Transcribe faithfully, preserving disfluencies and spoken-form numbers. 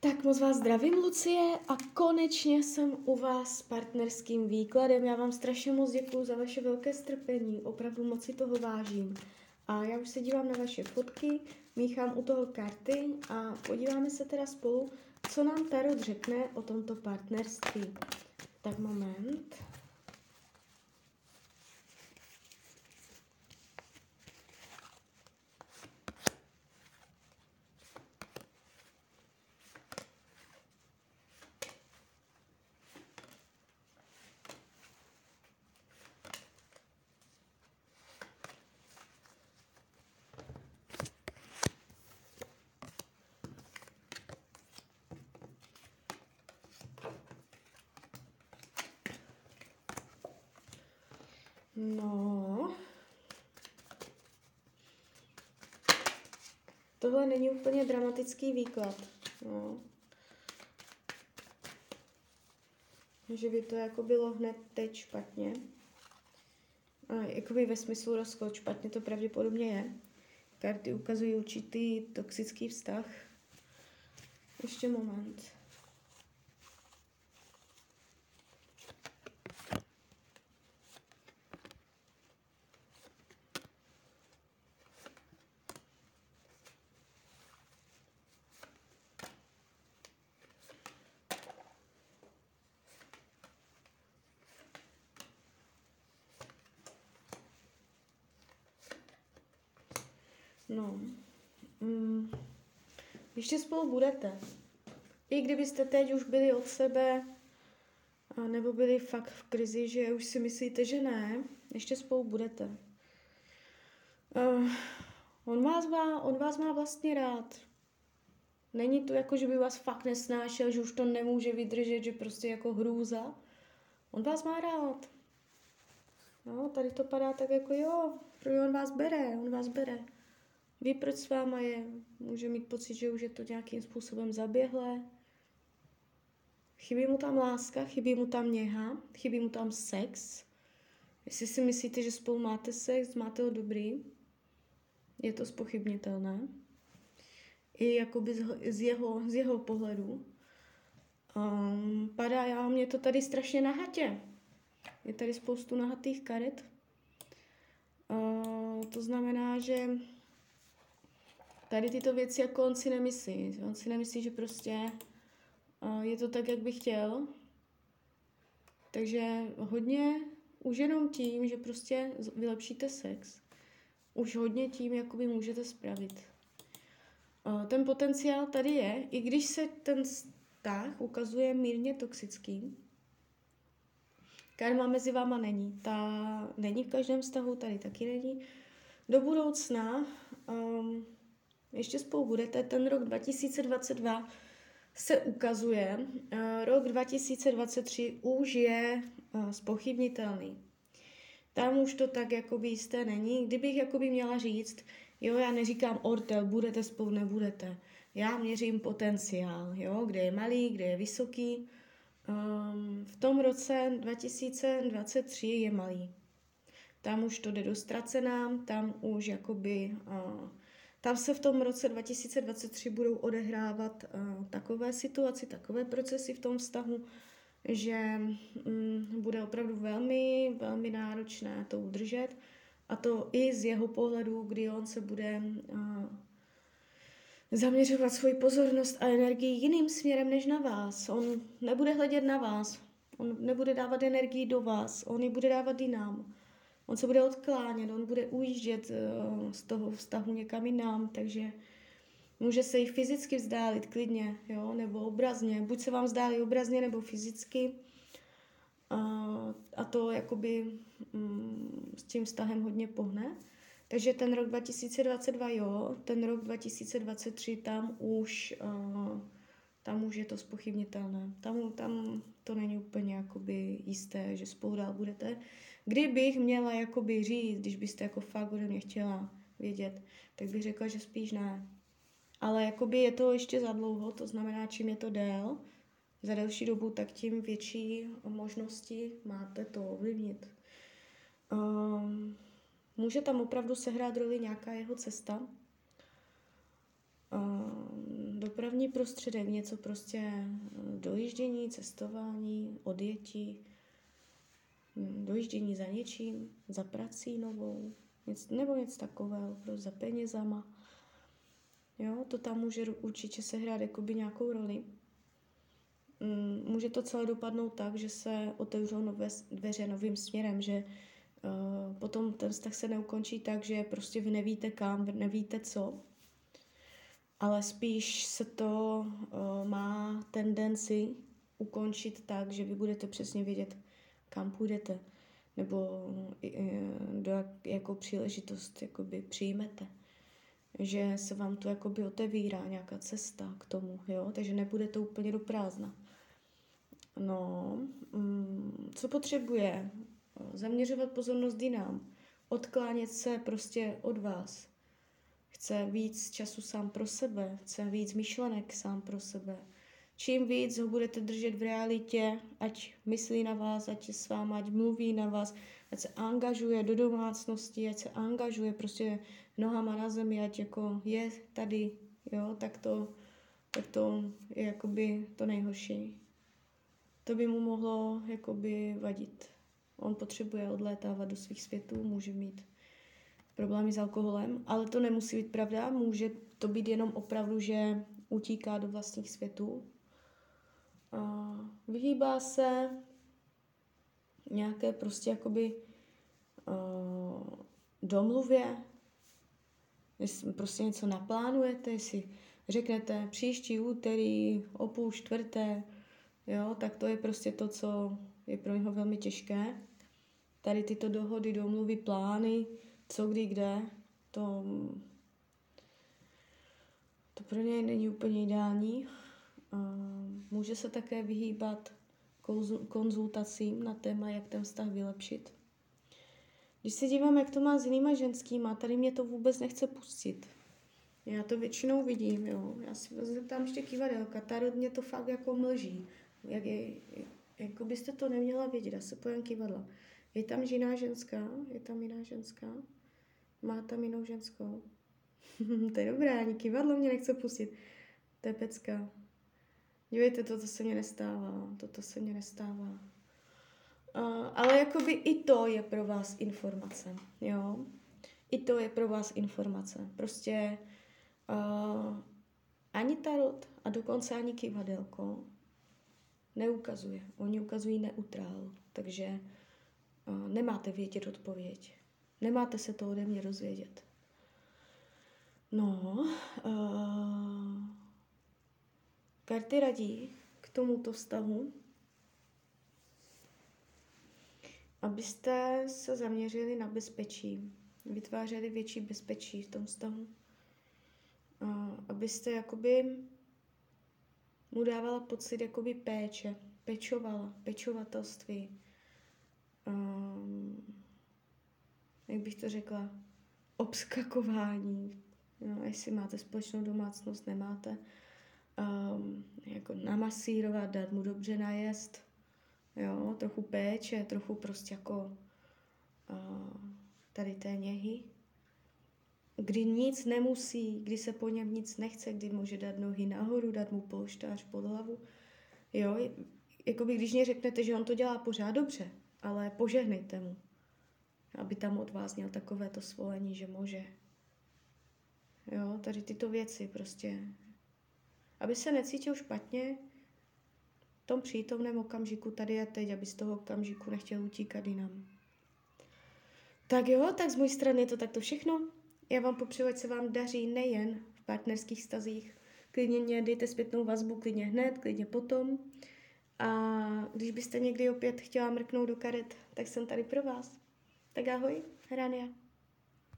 Tak moc vás zdravím, Lucie, a konečně jsem u vás s partnerským výkladem. Já vám strašně moc děkuju za vaše velké strpení, opravdu moc si toho vážím. A já už se dívám na vaše fotky, míchám u toho karty a podíváme se teda spolu, co nám Tarot řekne o tomto partnerství. Tak moment. No, tohle není úplně dramatický výklad. No. Že by to jako bylo hned teď špatně. A jakoby ve smyslu rozchod špatně to pravděpodobně je. Karty ukazují určitý toxický vztah. Ještě moment. No, mm, ještě spolu budete. I kdybyste teď už byli od sebe, a nebo byli fakt v krizi, že už si myslíte, že ne, ještě spolu budete. Uh, on, vás má, on vás má vlastně rád. Není to jako, že by vás fakt nesnášel, že už to nemůže vydržet, že prostě jako hrůza. On vás má rád. No, tady to padá tak jako jo, protože on vás bere, on vás bere. Ví, proč s váma je, může mít pocit, že už je to nějakým způsobem zaběhlé. Chybí mu tam láska, chybí mu tam něha, chybí mu tam sex. Jestli si myslíte, že spolu máte sex, máte ho dobrý, je to zpochybnitelné. I jakoby z, z, jeho, z jeho pohledu. Um, padá, já, mě to tady strašně nahatě. Je tady spoustu nahatých karet. Uh, to znamená, že tady tyto věci jako on si nemyslí. On si nemyslí, že prostě uh, je to tak, jak by chtěl. Takže hodně už jenom tím, že prostě vylepšíte sex, už hodně tím jakoby můžete spravit. Uh, ten potenciál tady je, i když se ten vztah ukazuje mírně toxický, karma mezi váma není. Ta není v každém vztahu, tady taky není. Do budoucna um, ještě spolu budete. Ten rok dva tisíce dvacet dva se ukazuje. Uh, rok dva tisíce dvacet tři už je uh, zpochybnitelný. Tam už to tak jakoby jisté není. Kdybych jakoby měla říct, jo, já neříkám ortel, budete spolu, nebudete. Já měřím potenciál, jo, kde je malý, kde je vysoký. Um, v tom roce dva tisíce dvacet tři je malý. Tam už to jde do ztracenám, tam už jakoby, uh, tam se v tom roce dva tisíce dvacet tři budou odehrávat uh, takové situace, takové procesy v tom vztahu, že um, bude opravdu velmi, velmi náročné to udržet. A to i z jeho pohledu, kdy on se bude uh, zaměřovat svoji pozornost a energii jiným směrem než na vás. On nebude hledět na vás, on nebude dávat energii do vás, on ji bude dávat jinam. On se bude odklánět, on bude ujíždět uh, z toho vztahu někam jinam, takže může se jí fyzicky vzdálit klidně, jo, nebo obrazně. Buď se vám vzdálí obrazně, nebo fyzicky. Uh, a to jakoby um, s tím vztahem hodně pohne. Takže ten rok dva tisíce dvacet dva jo, ten rok dva tisíce dvacet tři tam už, uh, tam už je to zpochybnitelné. Tam, tam to není úplně jakoby jisté, že spolu dál budete. Kdybych měla jakoby říct, když byste jako fakt ode mě chtěla vědět, tak bych řekla, že spíš ne. Ale jakoby je to ještě za dlouho, to znamená, čím je to dél, za delší dobu, tak tím větší možnosti máte to ovlivnit. Um, Může tam opravdu sehrát roli nějaká jeho cesta. Uh, dopravní prostředek, něco prostě eh, dojíždění, cestování, odjetí, hm, dojíždění za něčím, za prací novou, nic, nebo něco takového, prostě za penězama. Jo, to tam může ru- určitě sehrát jakoby nějakou roli. Mm, Může to celé dopadnout tak, že se otevřou nové s- dveře novým směrem, že uh, potom ten vztah se neukončí tak, že prostě vy nevíte kam, vy nevíte co, ale spíš se to uh, má tendenci ukončit tak, že vy budete přesně vědět, kam půjdete, nebo uh, do jak, jakou příležitost jakoby přijmete. Že se vám tu jakoby otevírá nějaká cesta k tomu, jo, takže nebude to úplně do prázdna. No, mm, co potřebuje? Zaměřovat pozornost jinam, odklánět se prostě od vás. Chce víc času sám pro sebe, chce víc myšlenek sám pro sebe. Čím víc ho budete držet v realitě, ať myslí na vás, ať je s váma, ať mluví na vás, ať se angažuje do domácnosti, ať se angažuje prostě nohama na zemi, ať jako je tady, jo, tak to, tak to je jakoby to nejhorší. To by mu mohlo jakoby vadit. On potřebuje odlétávat do svých světů, může mít problémy s alkoholem, ale to nemusí být pravda, může to být jenom opravdu, že utíká do vlastních světů. A vyhýbá se nějaké prostě jakoby uh, domluvě, jestli prostě něco naplánujete, jestli řeknete příští úterý o půl čtvrté, jo, tak to je prostě to, co je pro něho velmi těžké. Tady tyto dohody, domluvy, plány, co kdy kde, to, to pro něj není úplně ideální. Může se také vyhýbat konzultacím na téma, jak ten vztah vylepšit. Když se dívám, jak to má s jinýma ženskýma, tady mě to vůbec nechce pustit. Já to většinou vidím, jo. Já si zeptám ještě kivadelka, tarot mě to fakt jako mlží. Jak je, jako byste to neměla vědět, já se pojím kivadla. Je tam jiná ženská? Je tam jiná ženská? Má tam jinou ženskou? To je dobré, ani kivadlo mě nechce pustit. To je pecka. Dívejte, toto se mně nestává. Toto se mně nestává. Uh, ale jakoby i to je pro vás informace, jo. I to je pro vás informace. Prostě uh, ani tarot a dokonce ani kivadelko neukazuje. Oni ukazují neutrál, takže uh, nemáte vědět odpověď. Nemáte se to ode mě rozvědět. No, uh, karty radí k tomuto vztahu, abyste se zaměřili na bezpečí, vytvářeli větší bezpečí v tom vztahu. Uh, abyste jakoby mu dávala pocit jakoby péče, pečovala, pečovatelství. Um, jak bych to řekla, obskakování. No, jestli máte společnou domácnost, nemáte. Um, jako namasírovat, dát mu dobře najest. Jo, trochu péče, trochu prostě jako uh, tady té něhy. Kdy nic nemusí, kdy se po něm nic nechce, kdy může dát nohy nahoru, dát mu polštář pod hlavu. Jo, jakoby když mě řeknete, že on to dělá pořád dobře, ale požehnejte mu, aby tam od vás měl takovéto svolení, že může. Jo, tady tyto věci prostě. Aby se necítil špatně v tom přítomném okamžiku tady a teď, aby z toho okamžiku nechtěl utíkat jinam. Tak jo, tak z mojí strany je to takto všechno. Já vám popřeju, ať se vám daří nejen v partnerských vztazích. Klidně mě dejte zpětnou vazbu, klidně hned, klidně potom. A když byste někdy opět chtěla mrknout do karet, tak jsem tady pro vás. Tak ahoj, Rania.